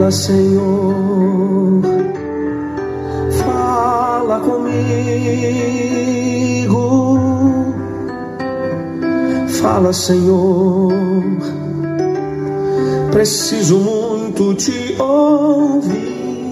Fala, Senhor, fala comigo. Fala, Senhor, preciso muito te ouvir.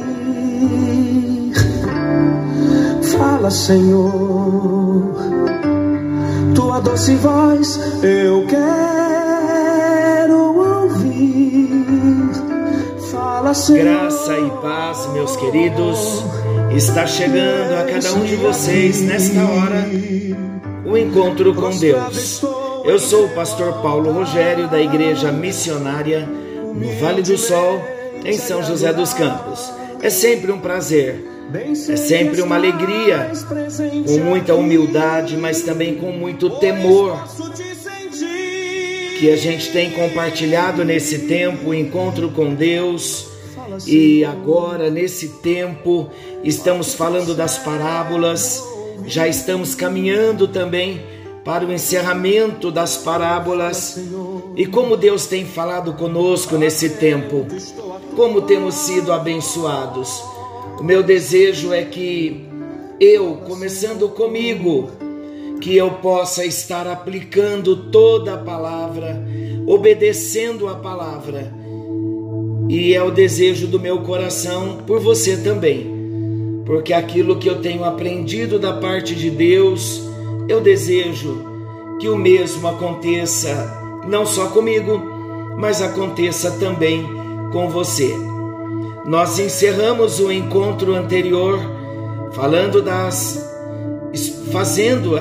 Fala, Senhor, tua doce voz eu quero ouvir. Fala, Senhor. Graça e paz, meus queridos. Está chegando a cada um de vocês nesta hora o encontro com Deus. Eu sou o pastor Paulo Rogério, da Igreja Missionária no Vale do Sol, em São José dos Campos. É sempre um prazer, é sempre uma alegria, com muita humildade, mas também com muito temor, que a gente tem compartilhado nesse tempo o encontro com Deus. E agora, nesse tempo, estamos falando das parábolas, já estamos caminhando também para o encerramento das parábolas. E como Deus tem falado conosco nesse tempo, como temos sido abençoados. O meu desejo é que eu, começando comigo, que eu possa estar aplicando toda a palavra, obedecendo a palavra. E é o desejo do meu coração por você também, porque aquilo que eu tenho aprendido da parte de Deus, eu desejo que o mesmo aconteça não só comigo, mas aconteça também com você. Nós encerramos o encontro anterior falando trazendo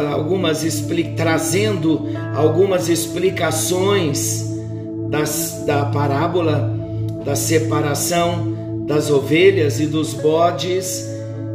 algumas explicações da parábola da separação das ovelhas e dos bodes.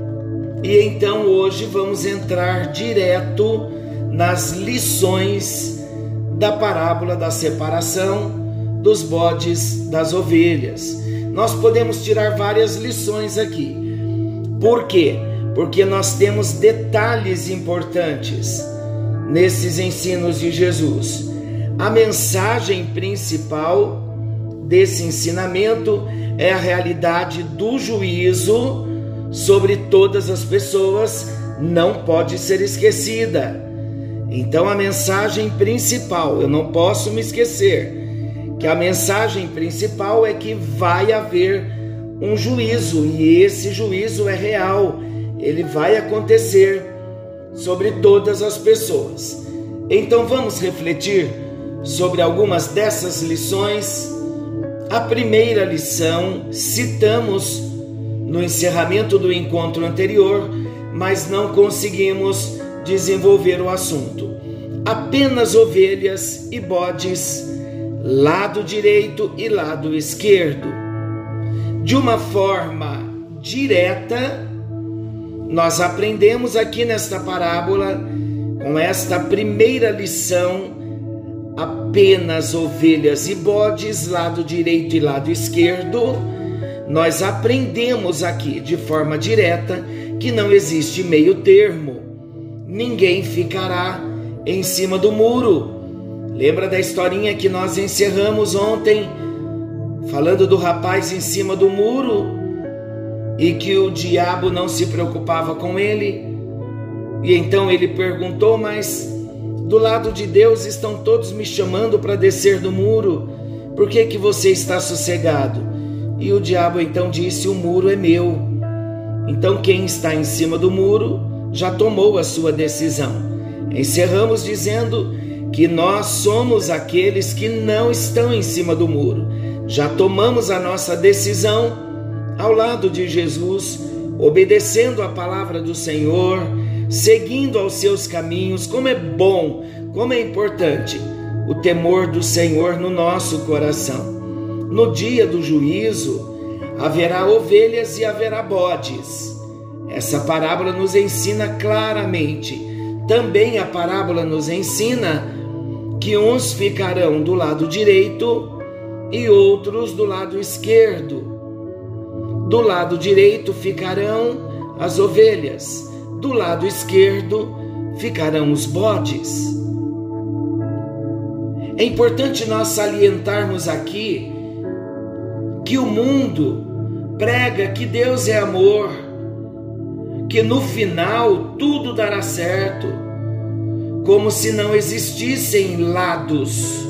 E então hoje vamos entrar direto nas lições da parábola da separação dos bodes das ovelhas. Nós podemos tirar várias lições aqui. Por quê? Porque nós temos detalhes importantes nesses ensinos de Jesus. A mensagem principal desse ensinamento é a realidade do juízo sobre todas as pessoas, não pode ser esquecida. Então a mensagem principal, eu não posso me esquecer, que a mensagem principal é que vai haver um juízo, e esse juízo é real, ele vai acontecer sobre todas as pessoas. Então vamos refletir sobre algumas dessas lições. A primeira lição citamos no encerramento do encontro anterior, mas não conseguimos desenvolver o assunto. Apenas ovelhas e bodes, lado direito e lado esquerdo. De uma forma direta, nós aprendemos aqui nesta parábola, com esta primeira lição, apenas ovelhas e bodes, lado direito e lado esquerdo. Nós aprendemos aqui de forma direta que não existe meio termo. Ninguém ficará em cima do muro. Lembra da historinha que nós encerramos ontem, falando do rapaz em cima do muro e que o diabo não se preocupava com ele? E então ele perguntou: mas do lado de Deus estão todos me chamando para descer do muro, por que você está sossegado? E o diabo então disse: o muro é meu. Então quem está em cima do muro já tomou a sua decisão. Encerramos dizendo que nós somos aqueles que não estão em cima do muro. Já tomamos a nossa decisão ao lado de Jesus, obedecendo a palavra do Senhor, seguindo aos seus caminhos. Como é bom, como é importante o temor do Senhor no nosso coração. No dia do juízo haverá ovelhas e haverá bodes. Essa parábola nos ensina claramente. Também a parábola nos ensina que uns ficarão do lado direito e outros do lado esquerdo. Do lado direito ficarão as ovelhas, do lado esquerdo ficarão os bodes. É importante nós salientarmos aqui que o mundo prega que Deus é amor, que no final tudo dará certo, como se não existissem lados.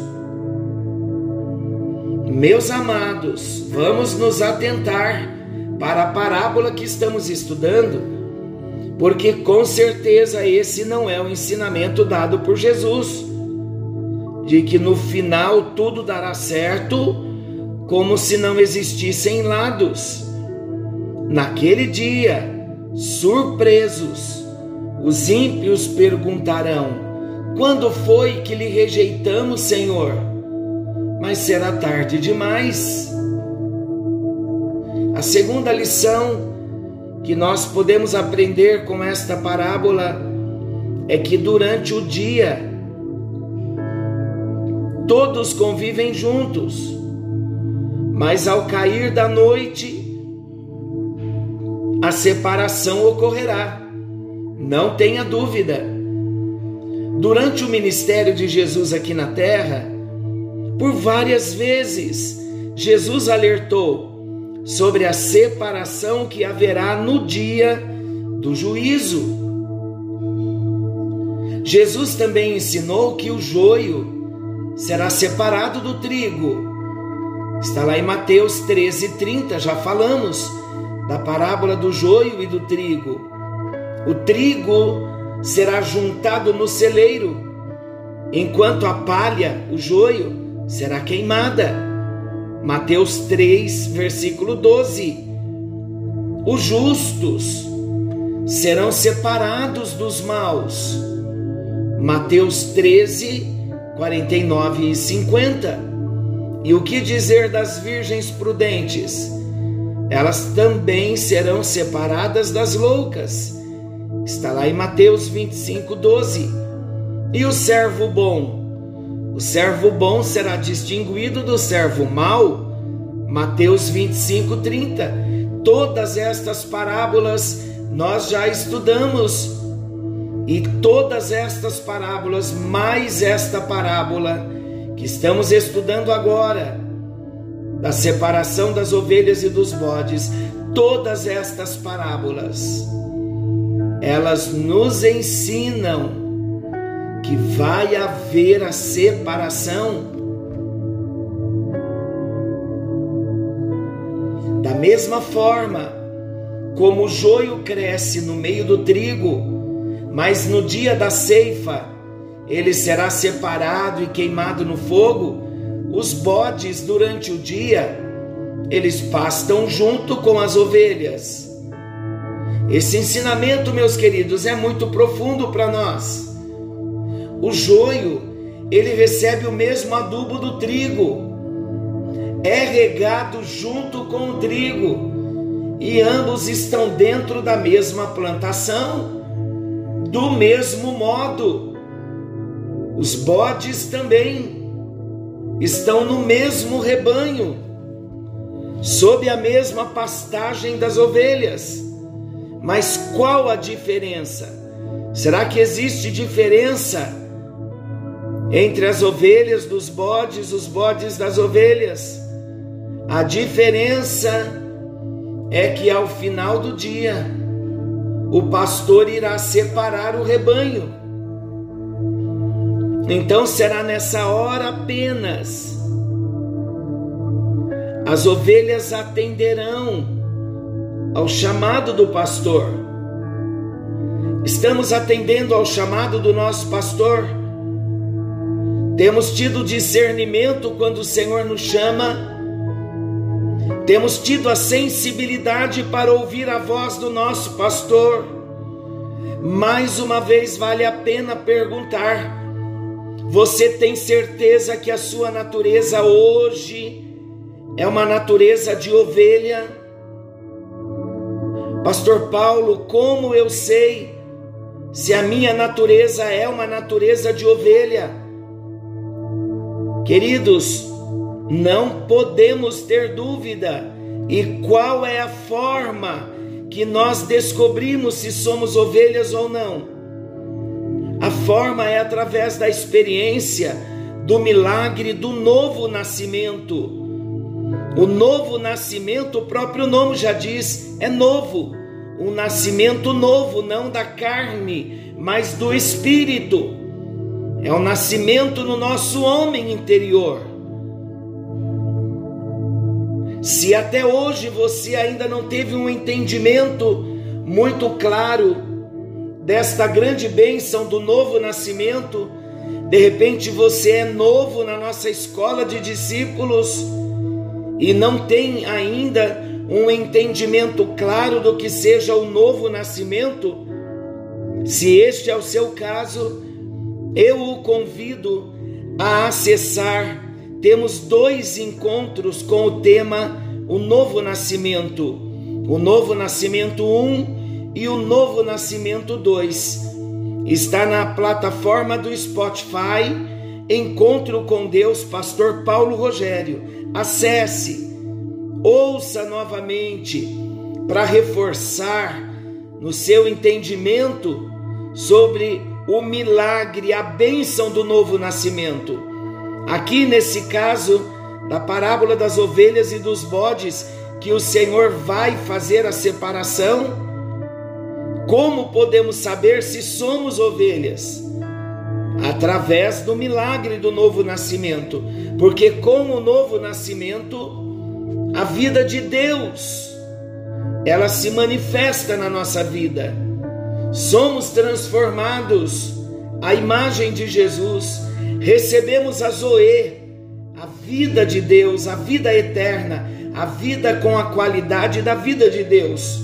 Meus amados, vamos nos atentar para a parábola que estamos estudando, porque com certeza esse não é o ensinamento dado por Jesus, de que no final tudo dará certo, como se não existissem lados. Naquele dia, surpresos, os ímpios perguntarão: quando foi que lhe rejeitamos, Senhor? Mas será tarde demais. A segunda lição que nós podemos aprender com esta parábola é que durante o dia todos convivem juntos, mas ao cair da noite a separação ocorrerá. Não tenha dúvida. Durante o ministério de Jesus aqui na terra, por várias vezes, Jesus alertou sobre a separação que haverá no dia do juízo. Jesus também ensinou que o joio será separado do trigo. Está lá em Mateus 13:30, já falamos da parábola do joio e do trigo. O trigo será juntado no celeiro, enquanto a palha, o joio, será queimada. Mateus 3, versículo 12. Os justos serão separados dos maus. Mateus 13, 49 e 50. E o que dizer das virgens prudentes? Elas também serão separadas das loucas. Está lá em Mateus 25, 12. E o servo bom? O servo bom será distinguido do servo mau. Mateus 25, 30. Todas estas parábolas nós já estudamos. E todas estas parábolas, mais esta parábola que estamos estudando agora, da separação das ovelhas e dos bodes, todas estas parábolas, elas nos ensinam que vai haver a separação. Da mesma forma como o joio cresce no meio do trigo, mas no dia da ceifa ele será separado e queimado no fogo, os bodes durante o dia eles pastam junto com as ovelhas. Esse ensinamento, meus queridos, é muito profundo para nós. O joio, ele recebe o mesmo adubo do trigo, é regado junto com o trigo, e ambos estão dentro da mesma plantação. Do mesmo modo, os bodes também estão no mesmo rebanho, sob a mesma pastagem das ovelhas. Mas qual a diferença? Será que existe diferença entre as ovelhas dos bodes, os bodes das ovelhas? A diferença é que ao final do dia, o pastor irá separar o rebanho. Então será nessa hora apenas. As ovelhas atenderão ao chamado do pastor. Estamos atendendo ao chamado do nosso pastor? Temos tido discernimento quando o Senhor nos chama? Temos tido a sensibilidade para ouvir a voz do nosso pastor? Mais uma vez vale a pena perguntar: você tem certeza que a sua natureza hoje é uma natureza de ovelha? Pastor Paulo, como eu sei se a minha natureza é uma natureza de ovelha? Queridos, não podemos ter dúvida. E qual é a forma que nós descobrimos se somos ovelhas ou não? A forma é através da experiência do milagre do novo nascimento. O novo nascimento, o próprio nome já diz, é novo. Um nascimento novo, não da carne, mas do Espírito. É o nascimento no nosso homem interior. Se até hoje você ainda não teve um entendimento muito claro desta grande bênção do novo nascimento, de repente você é novo na nossa escola de discípulos e não tem ainda um entendimento claro do que seja o novo nascimento, se este é o seu caso, eu o convido a acessar. Temos 2 encontros com o tema O Novo Nascimento. O Novo Nascimento 1 e o Novo Nascimento 2. Está na plataforma do Spotify, Encontro com Deus, Pastor Paulo Rogério. Acesse, ouça novamente para reforçar no seu entendimento sobre o milagre, a bênção do novo nascimento. Aqui nesse caso da parábola das ovelhas e dos bodes, que o Senhor vai fazer a separação. Como podemos saber se somos ovelhas? Através do milagre do novo nascimento, porque com o novo nascimento, a vida de Deus, ela se manifesta na nossa vida. Somos transformados à imagem de Jesus, recebemos a Zoe, a vida de Deus, a vida eterna, a vida com a qualidade da vida de Deus.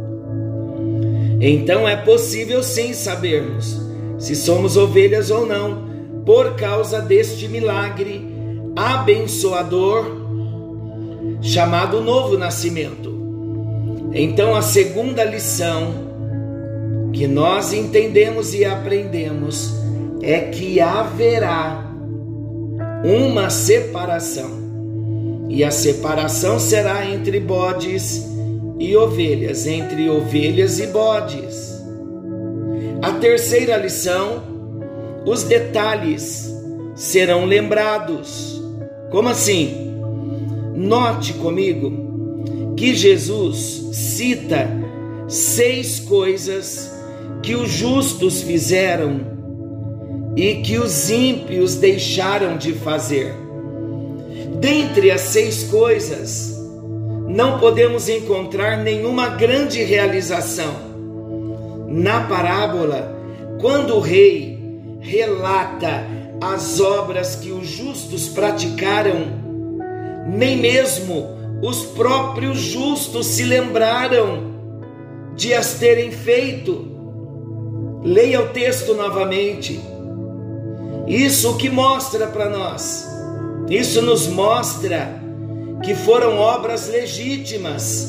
Então é possível sim sabermos se somos ovelhas ou não, por causa deste milagre abençoador chamado novo nascimento. Então a segunda lição que nós entendemos e aprendemos é que haverá uma separação, e a separação será entre bodes e ovelhas, entre ovelhas e bodes. A terceira lição, os detalhes serão lembrados. Como assim? Note comigo que Jesus cita 6 coisas que os justos fizeram e que os ímpios deixaram de fazer. Dentre as 6 coisas, não podemos encontrar nenhuma grande realização. Na parábola, quando o rei relata as obras que os justos praticaram, nem mesmo os próprios justos se lembraram de as terem feito. Leia o texto novamente. Isso o que mostra para nós? Isso nos mostra que foram obras legítimas,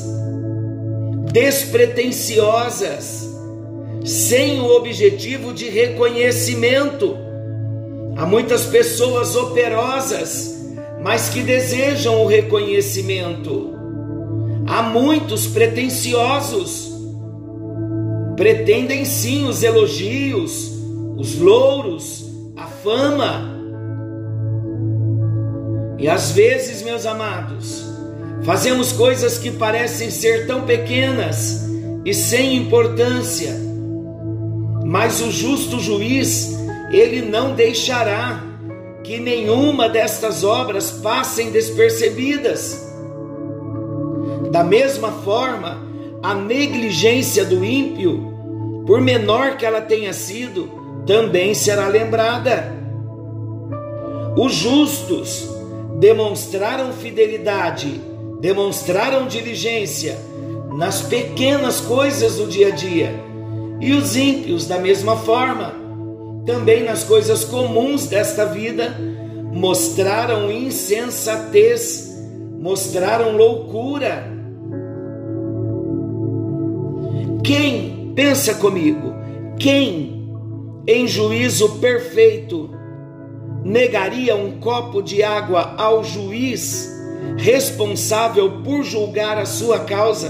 despretensiosas, sem o objetivo de reconhecimento. Há muitas pessoas operosas, mas que desejam o reconhecimento. Há muitos pretensiosos, pretendem sim os elogios, os louros, a fama. E às vezes, meus amados, fazemos coisas que parecem ser tão pequenas e sem importância, mas o justo juiz, ele não deixará que nenhuma destas obras passem despercebidas. Da mesma forma, a negligência do ímpio, por menor que ela tenha sido, também será lembrada. Os justos demonstraram fidelidade, demonstraram diligência nas pequenas coisas do dia a dia, e os ímpios, da mesma forma, também nas coisas comuns desta vida, mostraram insensatez, mostraram loucura. Quem, pensa comigo, quem em juízo perfeito negaria um copo de água ao juiz responsável por julgar a sua causa?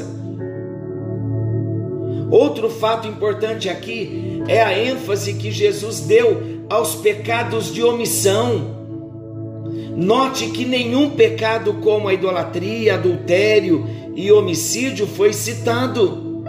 Outro fato importante aqui é a ênfase que Jesus deu aos pecados de omissão. Note que nenhum pecado como a idolatria, adultério e homicídio foi citado.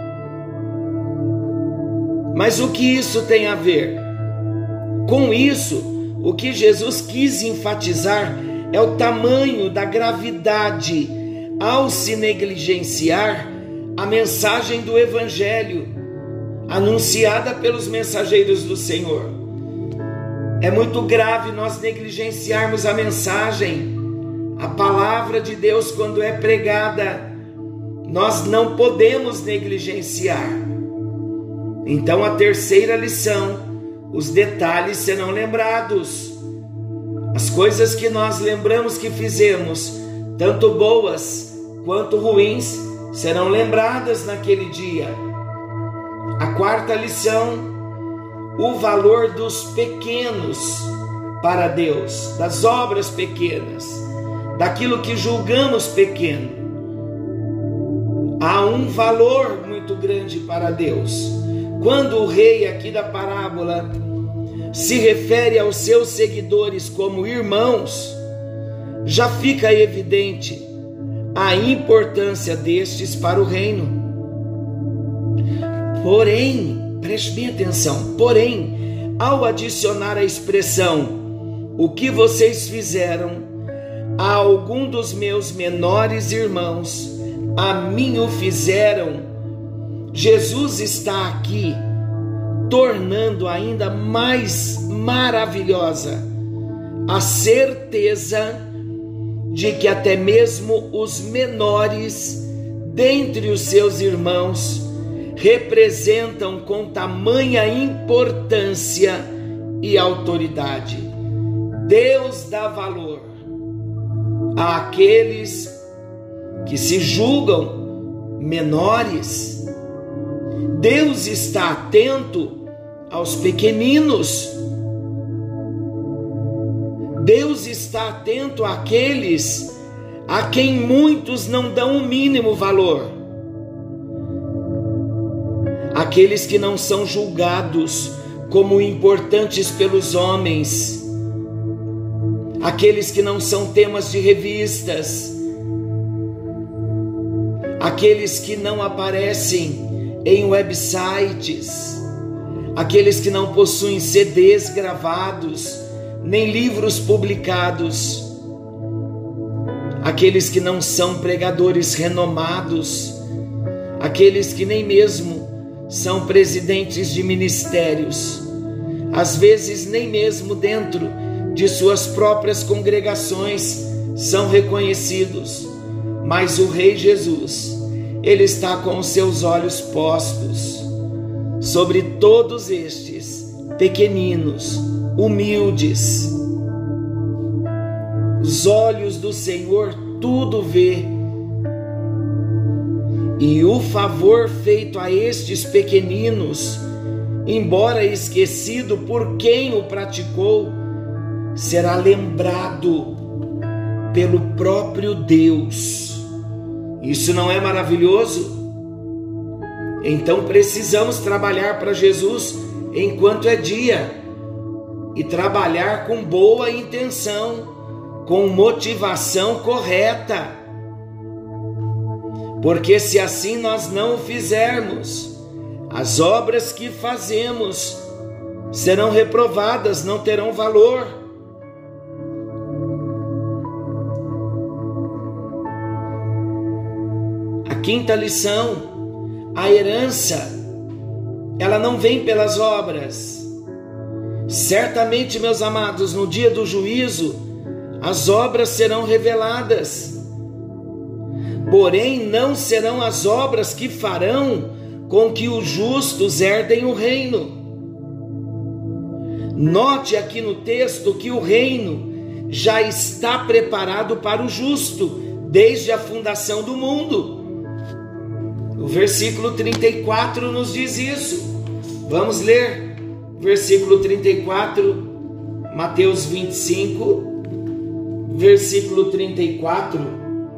Mas o que isso tem a ver? Com isso, o que Jesus quis enfatizar é o tamanho da gravidade ao se negligenciar a mensagem do Evangelho anunciada pelos mensageiros do Senhor. É muito grave nós negligenciarmos a mensagem, a palavra de Deus quando é pregada. Nós não podemos negligenciar. Então a terceira lição: os detalhes serão lembrados. As coisas que nós lembramos que fizemos, tanto boas quanto ruins, serão lembradas naquele dia. A quarta lição: o valor dos pequenos para Deus, das obras pequenas, daquilo que julgamos pequeno. Há um valor muito grande para Deus. Quando o rei aqui da parábola se refere aos seus seguidores como irmãos, já fica evidente a importância destes para o reino. Porém, preste bem atenção, porém, ao adicionar a expressão "o que vocês fizeram a algum dos meus menores irmãos, a mim o fizeram", Jesus está aqui tornando ainda mais maravilhosa a certeza de que até mesmo os menores dentre os seus irmãos representam com tamanha importância e autoridade. Deus dá valor àqueles que se julgam menores. Deus está atento aos pequeninos. Deus está atento àqueles a quem muitos não dão o mínimo valor. Aqueles que não são julgados como importantes pelos homens. Aqueles que não são temas de revistas. Aqueles que não aparecem em websites, aqueles que não possuem CDs gravados, nem livros publicados, aqueles que não são pregadores renomados, aqueles que nem mesmo são presidentes de ministérios, às vezes nem mesmo dentro de suas próprias congregações são reconhecidos, mas o Rei Jesus, Ele está com os seus olhos postos sobre todos estes pequeninos, humildes. Os olhos do Senhor tudo vê. E o favor feito a estes pequeninos, embora esquecido por quem o praticou, será lembrado pelo próprio Deus. Isso não é maravilhoso? Então precisamos trabalhar para Jesus enquanto é dia e trabalhar com boa intenção, com motivação correta. Porque se assim nós não o fizermos, as obras que fazemos serão reprovadas, não terão valor. A quinta lição: a herança, ela não vem pelas obras. Certamente, meus amados, no dia do juízo, as obras serão reveladas. Porém, não serão as obras que farão com que os justos herdem o reino. Note aqui no texto que o reino já está preparado para o justo, desde a fundação do mundo. O versículo 34 nos diz isso. Vamos ler. Versículo 34, Mateus 25, versículo 34.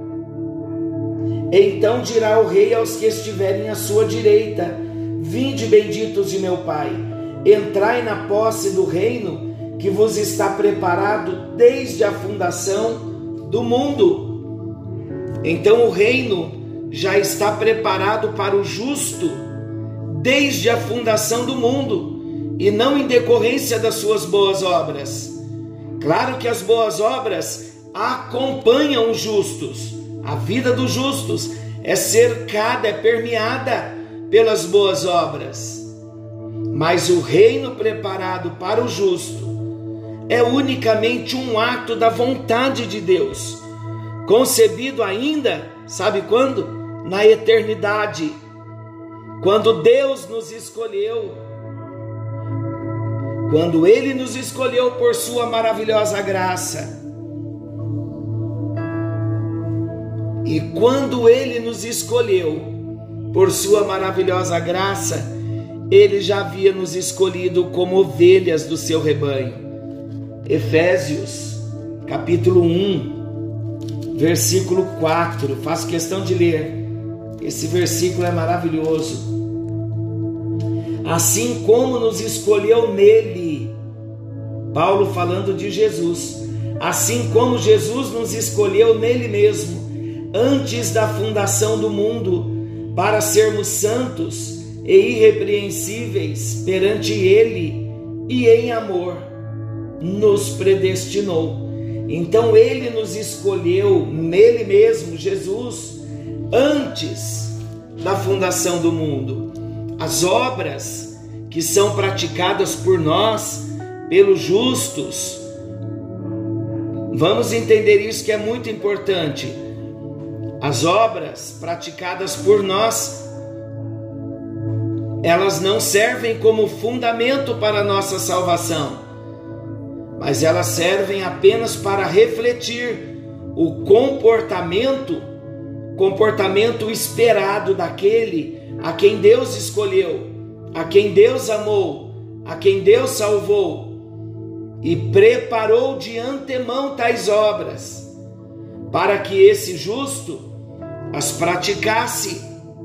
Então dirá o rei aos que estiverem à sua direita: vinde, benditos de meu Pai, entrai na posse do reino que vos está preparado desde a fundação do mundo. Então o reino já está preparado para o justo desde a fundação do mundo, e não em decorrência das suas boas obras. Claro que as boas obras acompanham os justos. A vida dos justos é cercada, é permeada pelas boas obras. Mas o reino preparado para o justo é unicamente um ato da vontade de Deus, concebido ainda, sabe quando? Na eternidade, quando Deus nos escolheu, quando Ele nos escolheu por sua maravilhosa graça. E quando Ele nos escolheu por sua maravilhosa graça, Ele já havia nos escolhido como ovelhas do seu rebanho. Efésios, capítulo 1, versículo 4. Faço questão de ler. Esse versículo é maravilhoso. Assim como nos escolheu nele, Paulo falando de Jesus, assim como Jesus nos escolheu nele mesmo, antes da fundação do mundo, para sermos santos e irrepreensíveis perante Ele, e em amor nos predestinou. Então Ele nos escolheu nele mesmo, Jesus, antes da fundação do mundo. As obras que são praticadas por nós, pelos justos, vamos entender isso que é muito importante. As obras praticadas por nós, elas não servem como fundamento para a nossa salvação, mas elas servem apenas para refletir o comportamento esperado daquele a quem Deus escolheu, a quem Deus amou, a quem Deus salvou e preparou de antemão tais obras, para que esse justo as praticasse.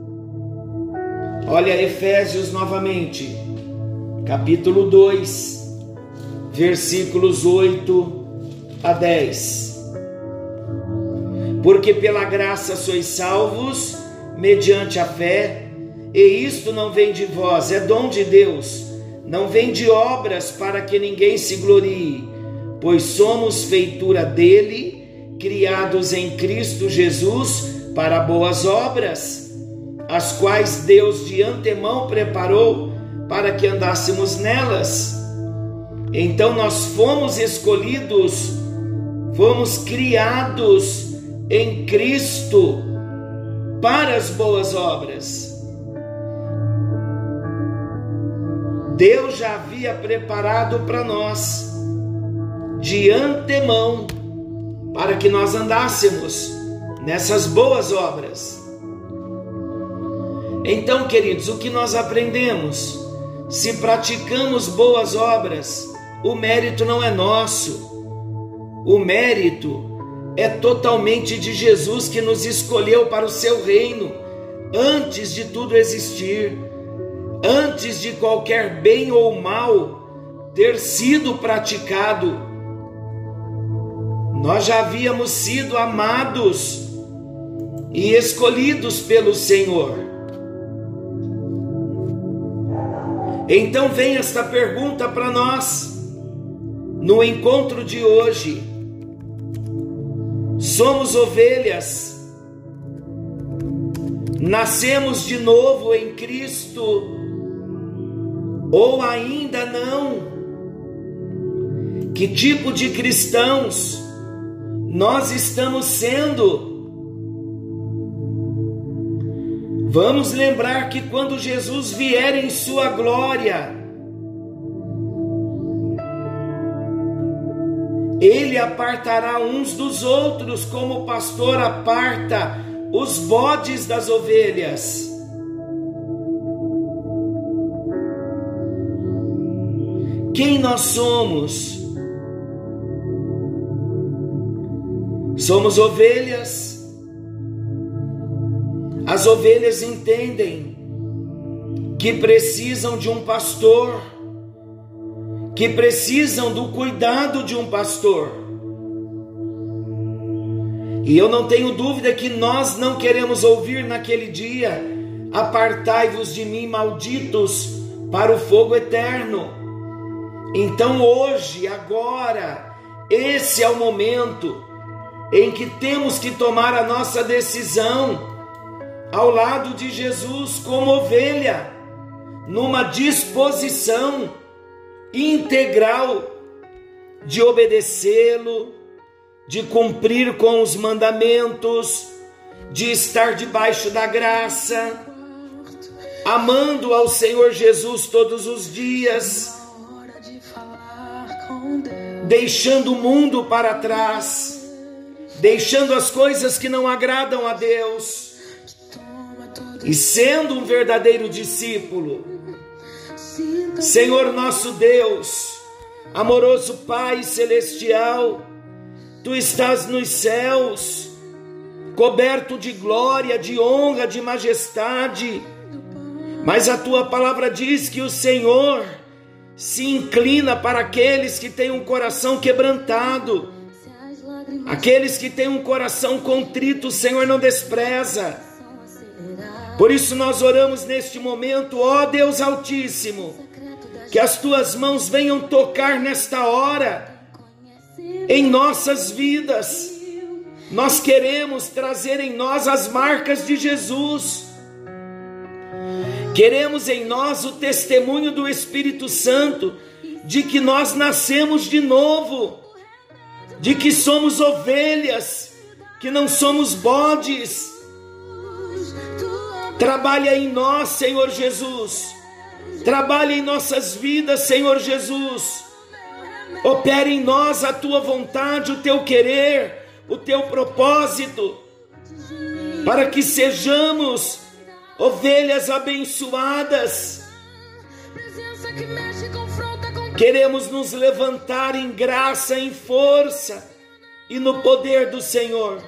Olha Efésios novamente, capítulo 2, versículos 8 a 10. Porque pela graça sois salvos, mediante a fé, e isto não vem de vós, é dom de Deus, não vem de obras para que ninguém se glorie, pois somos feitura dele, criados em Cristo Jesus para boas obras, as quais Deus de antemão preparou para que andássemos nelas. Então nós fomos escolhidos, fomos criados em Cristo para as boas obras. Deus já havia preparado para nós de antemão para que nós andássemos nessas boas obras. Então, queridos, o que nós aprendemos? Se praticamos boas obras, o mérito não é nosso. O mérito é totalmente de Jesus, que nos escolheu para o seu reino antes de tudo existir, antes de qualquer bem ou mal ter sido praticado. Nós já havíamos sido amados e escolhidos pelo Senhor. Então vem esta pergunta para nós no encontro de hoje: somos ovelhas? Nascemos de novo em Cristo ou ainda não? Que tipo de cristãos nós estamos sendo? Vamos lembrar que quando Jesus vier em sua glória, Ele apartará uns dos outros, como o pastor aparta os bodes das ovelhas. Quem nós somos? Somos ovelhas. As ovelhas entendem que precisam de um pastor, que precisam do cuidado de um pastor. E eu não tenho dúvida que nós não queremos ouvir naquele dia: apartai-vos de mim, malditos, para o fogo eterno. Então hoje, agora, esse é o momento em que temos que tomar a nossa decisão ao lado de Jesus como ovelha, numa disposição integral de obedecê-lo, de cumprir com os mandamentos, de estar debaixo da graça, amando ao Senhor Jesus todos os dias, deixando o mundo para trás, deixando as coisas que não agradam a Deus e sendo um verdadeiro discípulo. Senhor nosso Deus, amoroso Pai celestial, Tu estás nos céus, coberto de glória, de honra, de majestade, mas a Tua palavra diz que o Senhor se inclina para aqueles que têm um coração quebrantado, aqueles que têm um coração contrito, o Senhor não despreza. Por isso nós oramos neste momento, ó Deus Altíssimo, que as Tuas mãos venham tocar nesta hora em nossas vidas. Nós queremos trazer em nós as marcas de Jesus. Queremos em nós o testemunho do Espírito Santo de que nós nascemos de novo, de que somos ovelhas, que não somos bodes. Trabalha em nós, Senhor Jesus. Trabalha em nossas vidas, Senhor Jesus. Opera em nós a Tua vontade, o Teu querer, o Teu propósito, para que sejamos ovelhas abençoadas. Queremos nos levantar em graça, em força e no poder do Senhor,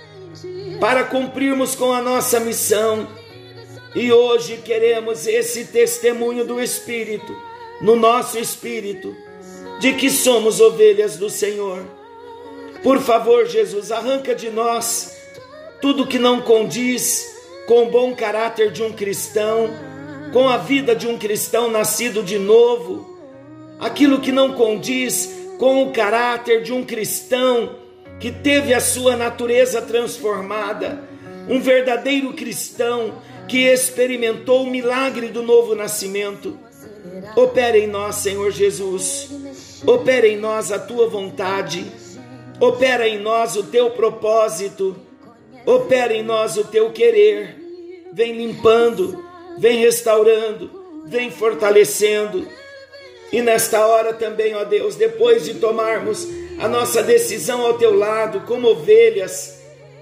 para cumprirmos com a nossa missão. E hoje queremos esse testemunho do Espírito, no nosso espírito, de que somos ovelhas do Senhor. Por favor, Jesus, arranca de nós tudo que não condiz com o bom caráter de um cristão, com a vida de um cristão nascido de novo, aquilo que não condiz com o caráter de um cristão que teve a sua natureza transformada, um verdadeiro cristão que experimentou o milagre do novo nascimento. Opera em nós, Senhor Jesus, opera em nós a Tua vontade, opera em nós o Teu propósito, opera em nós o Teu querer. Vem limpando, vem restaurando, vem fortalecendo. E nesta hora também, ó Deus, depois de tomarmos a nossa decisão ao Teu lado, como ovelhas,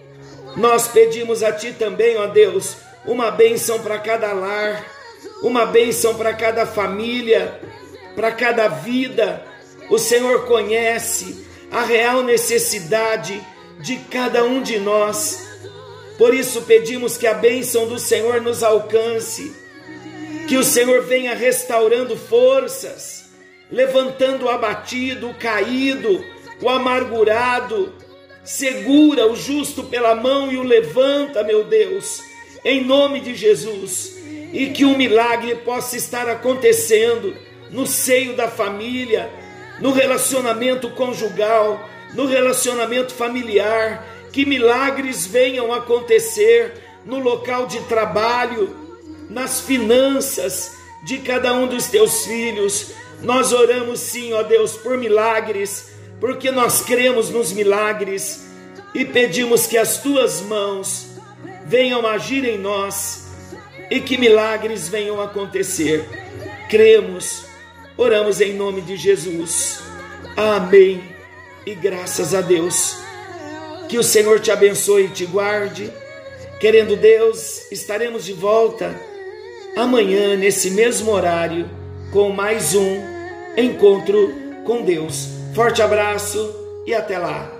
nós pedimos a Ti também, ó Deus, uma bênção para cada lar, uma bênção para cada família, para cada vida. O Senhor conhece a real necessidade de cada um de nós. Por isso pedimos que a bênção do Senhor nos alcance, que o Senhor venha restaurando forças, levantando o abatido, o caído, o amargurado. Segura o justo pela mão e o levanta, meu Deus, em nome de Jesus, e que um milagre possa estar acontecendo no seio da família, no relacionamento conjugal, no relacionamento familiar, que milagres venham acontecer no local de trabalho, nas finanças de cada um dos Teus filhos. Nós oramos sim, ó Deus, por milagres, porque nós cremos nos milagres e pedimos que as Tuas mãos venham agir em nós e que milagres venham acontecer. Cremos, oramos em nome de Jesus. Amém. E graças a Deus. Que o Senhor te abençoe e te guarde. Querendo Deus, estaremos de volta amanhã, nesse mesmo horário, com mais um Encontro com Deus. Forte abraço e até lá.